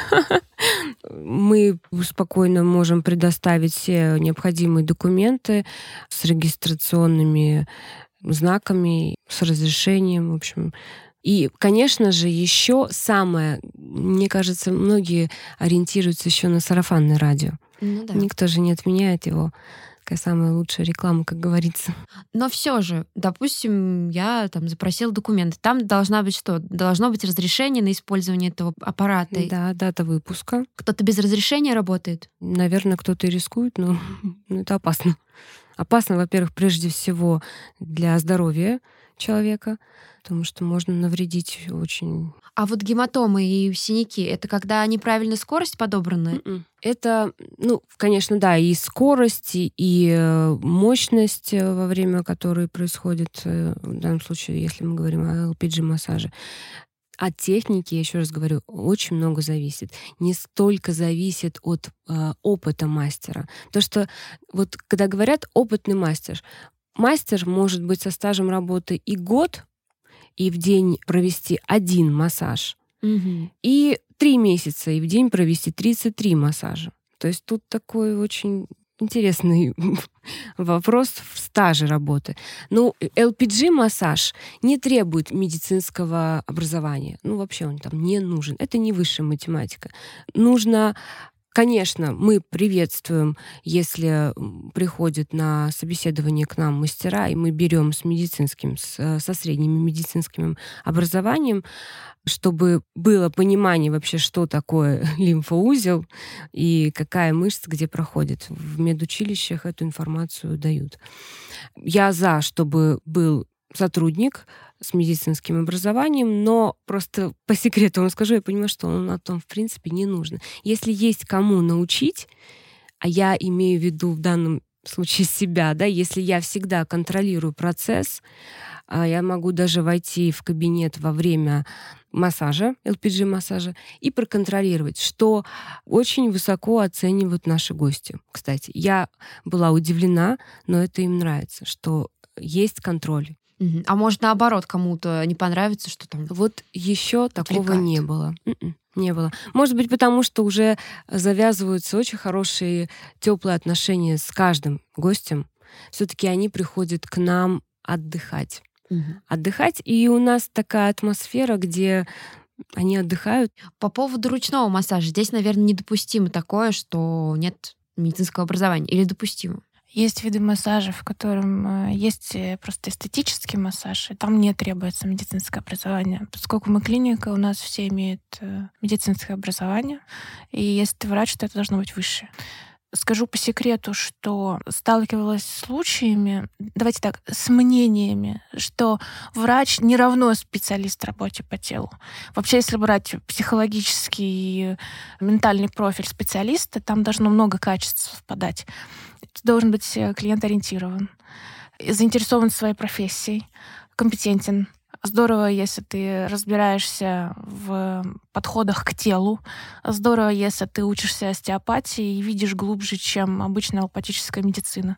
Мы спокойно можем предоставить все необходимые документы с регистрационными знаками, с разрешением, в общем. И, конечно же, еще самое, мне кажется, многие ориентируются еще на сарафанное радио. Ну, да. Никто же не отменяет его. Такая самая лучшая реклама, как говорится. Но все же, допустим, я там запросила документы. Там должна быть что? Должно быть разрешение на использование этого аппарата. Да, дата выпуска. Кто-то без разрешения работает? Наверное, кто-то и рискует, но это опасно. Опасно, во-первых, прежде всего для здоровья человека, потому что можно навредить очень. А вот гематомы и синяки — это когда неправильная скорость подобрана? Это, ну, конечно, да, и скорость, и мощность, во время которой происходит, в данном случае, если мы говорим о эл пи джи-массаже. От техники, я еще раз говорю, очень много зависит. Не столько зависит от э, опыта мастера. То, что вот когда говорят «опытный мастер», мастер может быть со стажем работы и год, и в день провести один массаж, Угу. и три месяца, и в день провести тридцать три массажа. То есть тут такой очень интересный вопрос в стаже работы. Ну, эл пи джи-массаж не требует медицинского образования. Ну, вообще он там не нужен. Это не высшая математика. Нужно... Конечно, мы приветствуем, если приходят на собеседование к нам мастера, и мы берем с медицинским, с, со средним медицинским образованием, чтобы было понимание вообще, что такое лимфоузел и какая мышца где проходит. В медучилищах эту информацию дают. Я за, чтобы был сотрудник с медицинским образованием, но просто по секрету вам скажу, я понимаю, что он на том, в принципе, не нужно. Если есть кому научить, а я имею в виду в данном случае себя, да, если я всегда контролирую процесс, я могу даже войти в кабинет во время массажа, эл пи джи-массажа, и проконтролировать, что очень высоко оценивают наши гости. Кстати, я была удивлена, но это им нравится, что есть контроль. А может, наоборот, кому-то не понравится, что там... Вот еще такого отвлекает. не было. М-м, не было. Может быть, потому что уже завязываются очень хорошие, теплые отношения с каждым гостем. Все-таки они приходят к нам отдыхать. Угу. Отдыхать, и у нас такая атмосфера, где они отдыхают. По поводу ручного массажа. Здесь, наверное, недопустимо такое, что нет медицинского образования. Или допустимо? Есть виды массажа, в котором есть просто эстетический массаж, и там не требуется медицинское образование. Поскольку мы клиника, у нас все имеют медицинское образование, и если ты врач, то это должно быть высшее. Скажу по секрету, что сталкивалась с случаями, давайте так, с мнениями, что врач не равно специалист в работе по телу. Вообще, если брать психологический и ментальный профиль специалиста, там должно много качеств совпадать. Ты должен быть клиент-ориентирован, заинтересован в своей профессией, компетентен. Здорово, если ты разбираешься в подходах к телу. Здорово, если ты учишься остеопатии и видишь глубже, чем обычная аллопатическая медицина.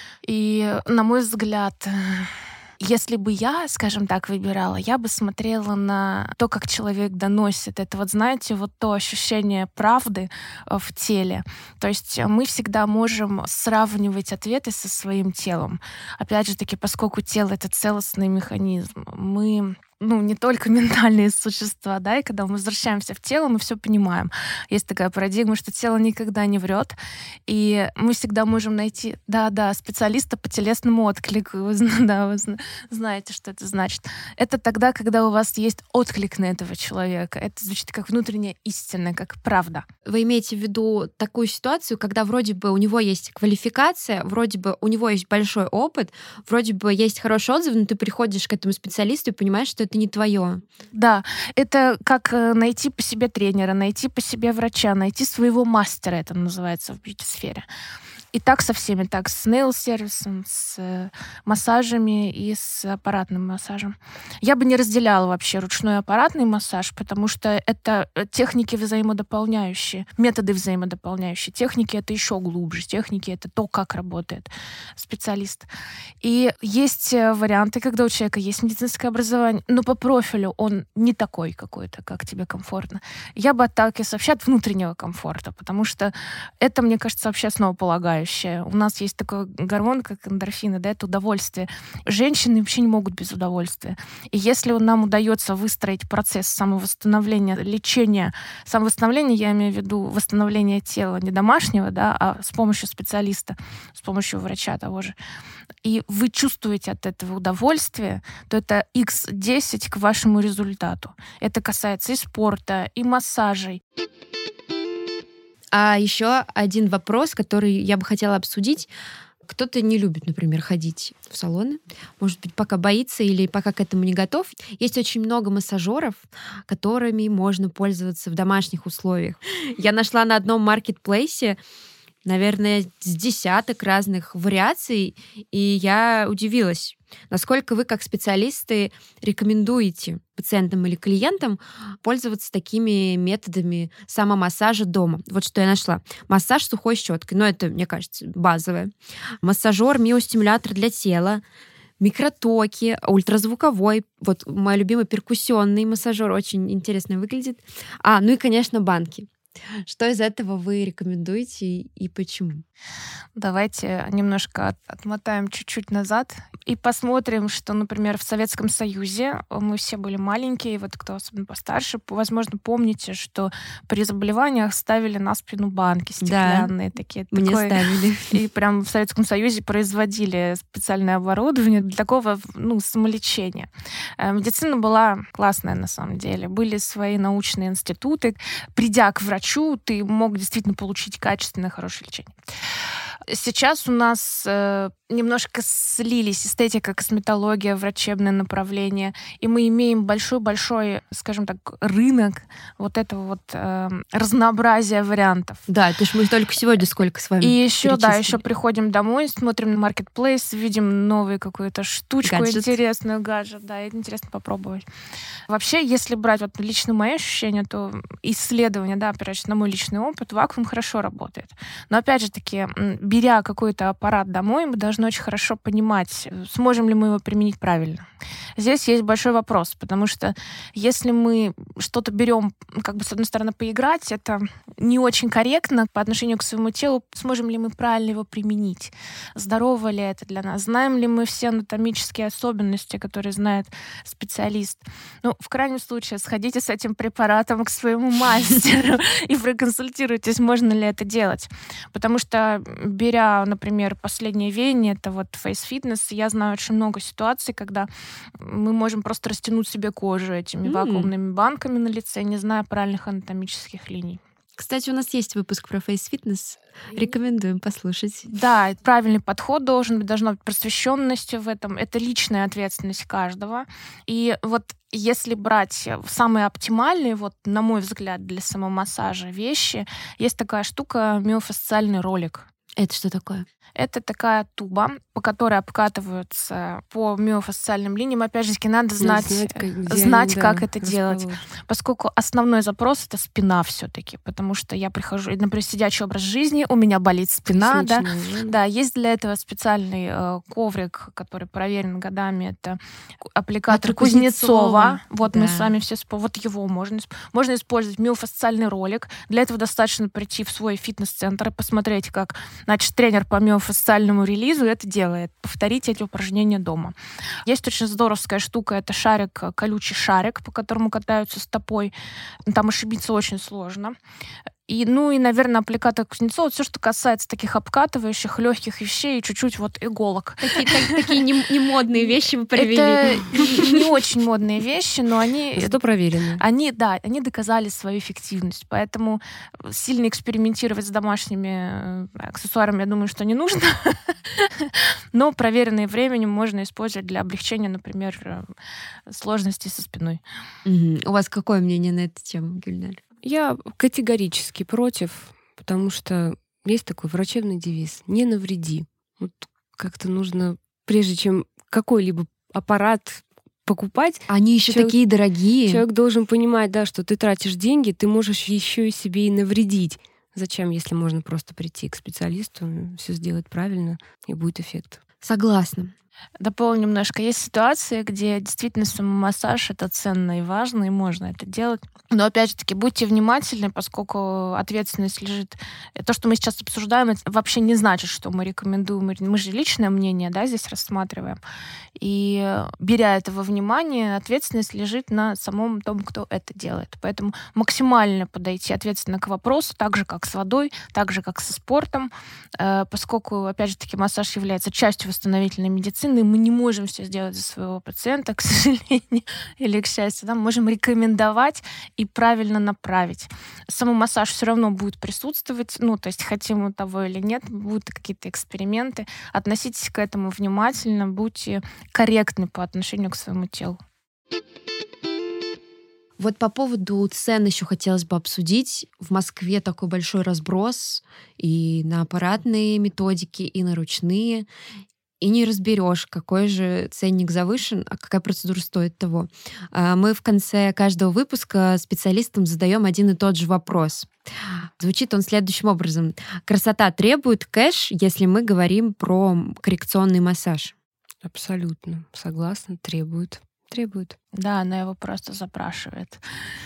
И, на мой взгляд, если бы я, скажем так, выбирала, я бы смотрела на то, как человек доносит. Это вот, знаете, вот то ощущение правды в теле. То есть мы всегда можем сравнивать ответы со своим телом. Опять же таки, поскольку тело — это целостный механизм, мы... ну, не только ментальные существа, да, и когда мы возвращаемся в тело, мы все понимаем. Есть такая парадигма, что тело никогда не врет, и мы всегда можем найти, да-да, специалиста по телесному отклику. Вы, да, вы знаете, что это значит. Это тогда, когда у вас есть отклик на этого человека. Это звучит как внутренняя истина, как правда. Вы имеете в виду такую ситуацию, когда вроде бы у него есть квалификация, вроде бы у него есть большой опыт, вроде бы есть хороший отзыв, но ты приходишь к этому специалисту и понимаешь, что это не твое. Да, это как найти по себе тренера, найти по себе врача, найти своего мастера, это называется в бьюти-сфере. И так со всеми, так с нейл-сервисом, с массажами и с аппаратным массажем. Я бы не разделяла вообще ручной и аппаратный массаж, потому что это техники взаимодополняющие, методы взаимодополняющие. Техники — это еще глубже. Техники — это то, как работает специалист. И есть варианты, когда у человека есть медицинское образование, но по профилю он не такой какой-то, как тебе комфортно. Я бы отталкивалась вообще от внутреннего комфорта, потому что это, мне кажется, вообще основополагающее. У нас есть такой гормон, как эндорфины, да, это удовольствие. Женщины вообще не могут без удовольствия. И если нам удается выстроить процесс самовосстановления, лечения, самовосстановления, я имею в виду восстановления тела не домашнего, да, а с помощью специалиста, с помощью врача того же, и вы чувствуете от этого удовольствие, то это икс десять к вашему результату. Это касается и спорта, и массажей. А еще один вопрос, который я бы хотела обсудить. Кто-то не любит, например, ходить в салоны. Может быть, пока боится или пока к этому не готов. Есть очень много массажеров, которыми можно пользоваться в домашних условиях. Я нашла на одном маркетплейсе наверное, с десяток разных вариаций, и я удивилась, насколько вы, как специалисты, рекомендуете пациентам или клиентам пользоваться такими методами самомассажа дома. Вот что я нашла. Массаж сухой щеткой, ну это, мне кажется, базовое. Массажер, миостимулятор для тела, микротоки, ультразвуковой, вот мой любимый перкуссионный массажер, очень интересно выглядит. А, ну и, конечно, банки. Что из этого вы рекомендуете и почему? Давайте немножко отмотаем чуть-чуть назад и посмотрим, что, например, в Советском Союзе мы все были маленькие, вот кто особенно постарше, возможно, помните, что при заболеваниях ставили на спину банки стеклянные, да, такие. Мне такое, ставили. И прям в Советском Союзе производили специальное оборудование для такого, ну, самолечения. Медицина была классная на самом деле. Были свои научные институты. Придя к врачу, ты мог действительно получить качественное, хорошее лечение. Сейчас у нас э, немножко слились эстетика, косметология, врачебное направление, и мы имеем большой-большой, скажем так, рынок вот этого вот э, разнообразия вариантов. Да, это ж мы только сегодня сколько с вами И еще, да, перечислили. еще приходим домой, смотрим на Marketplace, видим новую какую-то штучку Гаджет. интересную, гаджет, да, это интересно попробовать. Вообще, если брать вот лично мои ощущения, то исследования, да, опираясь на мой личный опыт, вакуум хорошо работает. Но опять же таки, беря какой-то аппарат домой, мы должны очень хорошо понимать, сможем ли мы его применить правильно. Здесь есть большой вопрос, потому что если мы что-то берем, как бы, с одной стороны, поиграть, это не очень корректно по отношению к своему телу, сможем ли мы правильно его применить, здорово ли это для нас, знаем ли мы все анатомические особенности, которые знает специалист. Ну, в крайнем случае, сходите с этим препаратом к своему мастеру и проконсультируйтесь, можно ли это делать. Потому что, беря, например, последнее веяние, это вот Face Fitness, я знаю очень много ситуаций, когда мы можем просто растянуть себе кожу этими mm. вакуумными банками на лице, не зная правильных анатомических линий. Кстати, у нас есть выпуск про Face Fitness. Рекомендуем послушать. Да, правильный подход должен быть, должна быть просвещенность в этом. Это личная ответственность каждого. И вот если брать самые оптимальные, вот, на мой взгляд, для самомассажа вещи, есть такая штука — миофасциальный ролик. Это что такое? Это такая туба, по которой обкатываются по миофасциальным линиям. Опять же, надо знать, знать, как, знать, они, как да, это делать. Поскольку основной запрос — это спина все-таки. Потому что я прихожу, например, сидячий образ жизни, у меня болит спина. Да? Да, есть для этого специальный э, коврик, который проверен годами. Это аппликатор это Кузнецова. Кузнецова. Вот да. Мы с вами все... Вот его можно, можно использовать. Миофасциальный ролик. Для этого достаточно прийти в свой фитнес-центр и посмотреть, как, значит, тренер по миофасциальному релизу это делает. Повторите эти упражнения дома. Есть очень здоровская штука, это шарик, колючий шарик, по которому катаются стопой. Там ошибиться очень сложно. И, ну и, наверное, аппликатор Кузнецова, все, что касается таких обкатывающих, легких вещей, и чуть-чуть вот иголок. Такие, так, такие немодные вещи вы провели. Это не очень модные вещи, но они... Зато проверены. Они, да, они доказали свою эффективность. Поэтому сильно экспериментировать с домашними аксессуарами, я думаю, что не нужно. Но проверенные временем можно использовать для облегчения, например, сложностей со спиной. У вас какое мнение на эту тему, Гюльнар? Я категорически против, потому что есть такой врачебный девиз: не навреди. Вот как-то нужно, прежде чем какой-либо аппарат покупать, они еще человек, такие дорогие. Человек должен понимать, да, что ты тратишь деньги, ты можешь еще и себе и навредить. Зачем, если можно просто прийти к специалисту, все сделать правильно, и будет эффект? Согласна. Дополню немножко. Есть ситуации, где действительно самомассаж — это ценно и важно, и можно это делать. Но, опять же таки, будьте внимательны, поскольку ответственность лежит... То, что мы сейчас обсуждаем, это вообще не значит, что мы рекомендуем. Мы же личное мнение, да, здесь рассматриваем. И, беря это во внимание, ответственность лежит на самом том, кто это делает. Поэтому максимально подойти ответственно к вопросу, так же, как с водой, так же, как со спортом, поскольку, опять же таки, массаж является частью восстановительной медицины, мы не можем все сделать за своего пациента, к сожалению, или к счастью, да, мы можем рекомендовать и правильно направить. Самомассаж все равно будет присутствовать, ну, то есть хотим мы того или нет, будут какие-то эксперименты. Относитесь к этому внимательно, будьте корректны по отношению к своему телу. Вот по поводу цен еще хотелось бы обсудить. В Москве такой большой разброс и на аппаратные методики, и на ручные. И не разберешь, какой же ценник завышен, а какая процедура стоит того. Мы в конце каждого выпуска специалистам задаем один и тот же вопрос. Звучит он следующим образом. Красота требует кэш, если мы говорим про коррекционный массаж? Абсолютно. Согласна, требует. Требует. Да, она его просто запрашивает.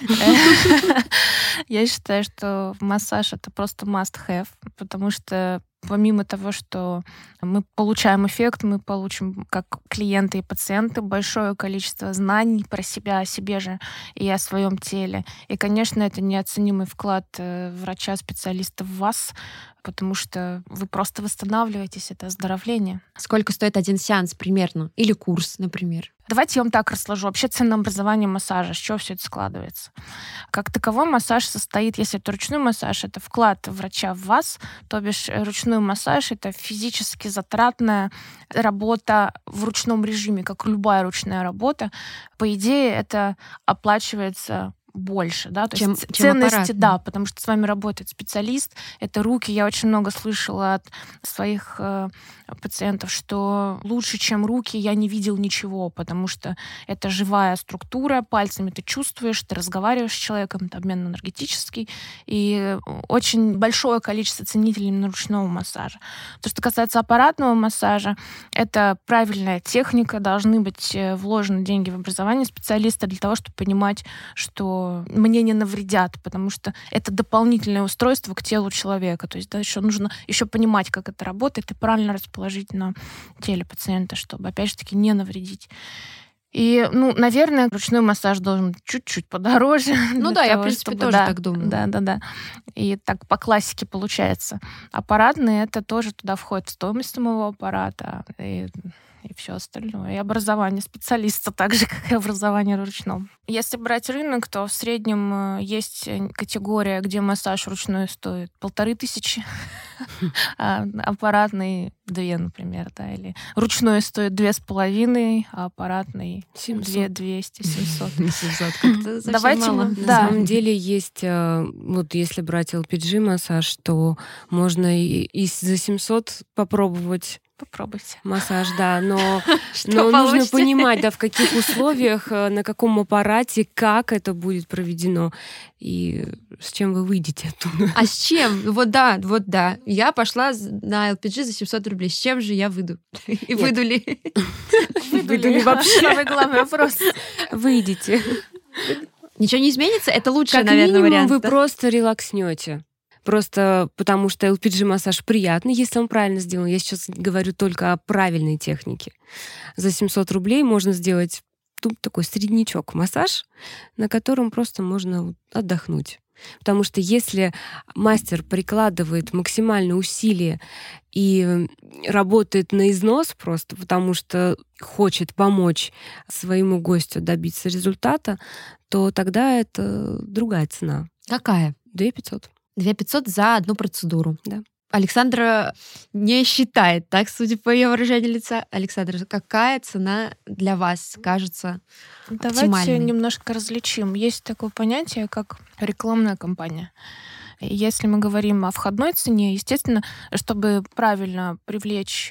Я считаю, что массаж — это просто must-have, потому что помимо того, что мы получаем эффект, мы получим, как клиенты и пациенты, большое количество знаний про себя, о себе же и о своем теле. И, конечно, это неоценимый вклад врача-специалиста в вас, потому что вы просто восстанавливаетесь, это оздоровление. Сколько стоит один сеанс примерно? Или курс, например? Давайте я вам так расскажу. Вообще ценообразование массажа, с чего все это складывается? Как таковой массаж состоит, если это ручной массаж, это вклад врача в вас, то бишь ручной массаж — это физически затратная работа в ручном режиме, как любая ручная работа. По идее, это оплачивается больше, да, то чем, есть чем ценности, да, потому что с вами работает специалист, это руки. Я очень много слышала от своих э, пациентов, что лучше, чем руки, я не видел ничего, потому что это живая структура, пальцами ты чувствуешь, ты разговариваешь с человеком, это обмен энергетический, и очень большое количество ценителей именно ручного массажа. То, что касается аппаратного массажа, это правильная техника, должны быть вложены деньги в образование специалиста для того, чтобы понимать, что мне не навредят, потому что это дополнительное устройство к телу человека. То есть да, еще нужно еще понимать, как это работает, и правильно расположить на теле пациента, чтобы, опять же таки, не навредить. И, ну, наверное, ручной массаж должен быть чуть-чуть подороже. Ну да, того, я, в принципе, чтобы, тоже да, так думаю. Да, да, да. И так по классике получается. Аппаратный — это тоже туда входит в стоимость самого аппарата. И и все остальное. И образование специалиста, так же, как и образование ручном. Если брать рынок, то в среднем есть категория, где массаж ручной стоит полторы тысячи, а аппаратный две, например, да, или ручной стоит две с половиной, а аппаратный две двести, семьсот. Как-то Давайте мало. На самом деле есть, вот если брать эл пи джи-массаж, то можно и за семьсот попробовать. Попробуйте. Массаж, да, но, но нужно понимать, да, в каких условиях, на каком аппарате, как это будет проведено и с чем вы выйдете оттуда. А с чем? Вот да, вот да. Я пошла на эл пи джи за семьсот рублей. С чем же я выйду? И выйду ли? Выйду ли вообще? Самый главный вопрос. Выйдете. Ничего не изменится? Это лучший, как наверное, минимум, вариант. Вы да? просто релакснете. Просто потому что эл пи джи-массаж приятный, если он правильно сделан. Я сейчас говорю только о правильной технике. За семьсот рублей можно сделать ну, такой среднячок массаж, на котором просто можно отдохнуть. Потому что если мастер прикладывает максимальное усилие и работает на износ просто, потому что хочет помочь своему гостю добиться результата, то тогда это другая цена. Какая? две тысячи пятьсот. две тысячи пятьсот за одну процедуру. Да. Александра не считает, так, судя по ее выражению лица. Александра, какая цена для вас кажется оптимальной? Давайте немножко различим. Есть такое понятие, как рекламная кампания. Если мы говорим о входной цене, естественно, чтобы правильно привлечь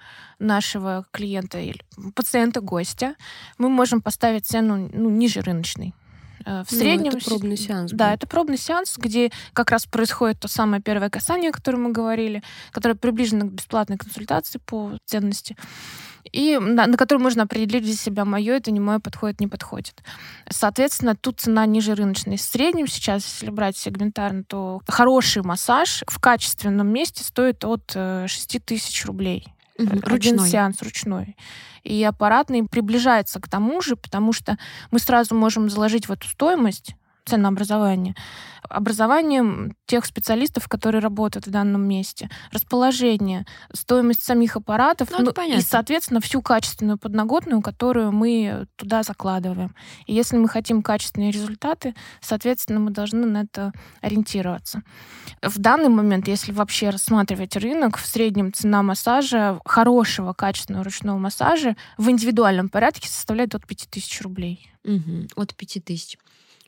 нашего клиента или пациента, гостя, мы можем поставить цену ну, ниже рыночной. В среднем... Ну, это пробный сеанс. Да, был. это пробный сеанс, где как раз происходит то самое первое касание, о котором мы говорили, которое приближено к бесплатной консультации по ценности, и на, на которую можно определить для себя, мое это не мое, подходит, не подходит. Соответственно, тут цена ниже рыночной. В среднем сейчас, если брать сегментарно, то хороший массаж в качественном месте стоит от шесть тысяч рублей. Угу, Один ручной. сеанс ручной. И аппаратный приближается к тому же, потому что мы сразу можем заложить в эту стоимость ценообразование, образованием тех специалистов, которые работают в данном месте, расположение, стоимость самих аппаратов, ну, ну, и, соответственно, всю качественную подноготную, которую мы туда закладываем. И если мы хотим качественные результаты, соответственно, мы должны на это ориентироваться. В данный момент, если вообще рассматривать рынок, в среднем цена массажа, хорошего, качественного ручного массажа в индивидуальном порядке составляет от пяти тысяч рублей. Угу, от пяти тысяч.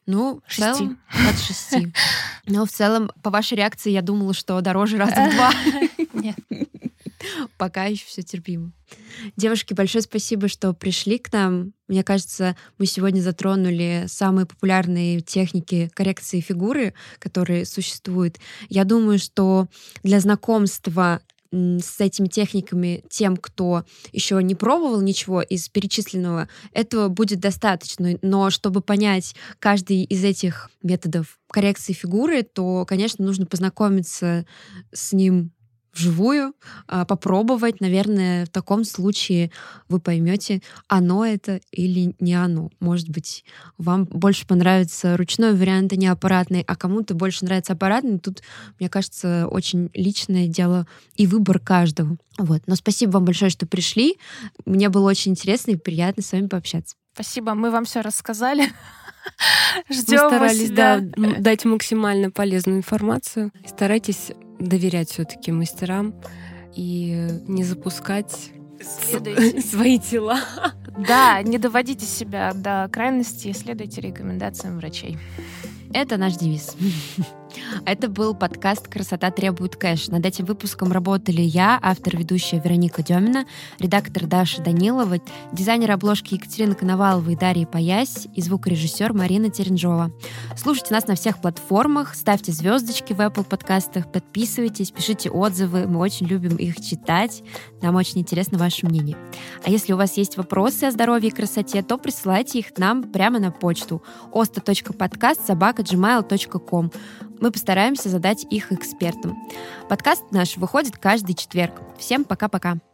Ну, в Шести. целом от шести. Но в целом, по вашей реакции, я думала, что дороже раза в два. Нет. Пока еще все терпимо. Девушки, большое спасибо, что пришли к нам. Мне кажется, мы сегодня затронули самые популярные техники коррекции фигуры, которые существуют. Я думаю, что для знакомства с этими техниками тем, кто еще не пробовал ничего из перечисленного, этого будет достаточно. Но чтобы понять каждый из этих методов коррекции фигуры, то, конечно, нужно познакомиться с ним вживую, попробовать. Наверное, в таком случае вы поймете, оно это или не оно. Может быть, вам больше понравится ручной вариант, а не аппаратный, а кому-то больше нравится аппаратный. Тут, мне кажется, очень личное дело и выбор каждого. Вот. Но спасибо вам большое, что пришли. Мне было очень интересно и приятно с вами пообщаться. Спасибо, мы вам все рассказали. Ждем. Мы старались да, дать максимально полезную информацию. Старайтесь доверять все-таки мастерам и не запускать Следуйте. свои тела. Да, не доводите себя до крайности, следуйте рекомендациям врачей. Это наш девиз. Это был подкаст «Красота требует кэш». Над этим выпуском работали я, автор-ведущая Вероника Демина, редактор Даша Данилова, дизайнер обложки Екатерина Коновалова и Дарья Паясь и звукорежиссер Марина Теренжова. Слушайте нас на всех платформах, ставьте звездочки в Apple подкастах, подписывайтесь, пишите отзывы. Мы очень любим их читать. Нам очень интересно ваше мнение. А если у вас есть вопросы о здоровье и красоте, то присылайте их нам прямо на почту оста точка подкаст собака джи мейл точка ком. Мы постараемся задать их экспертам. Подкаст наш выходит каждый четверг. Всем пока-пока.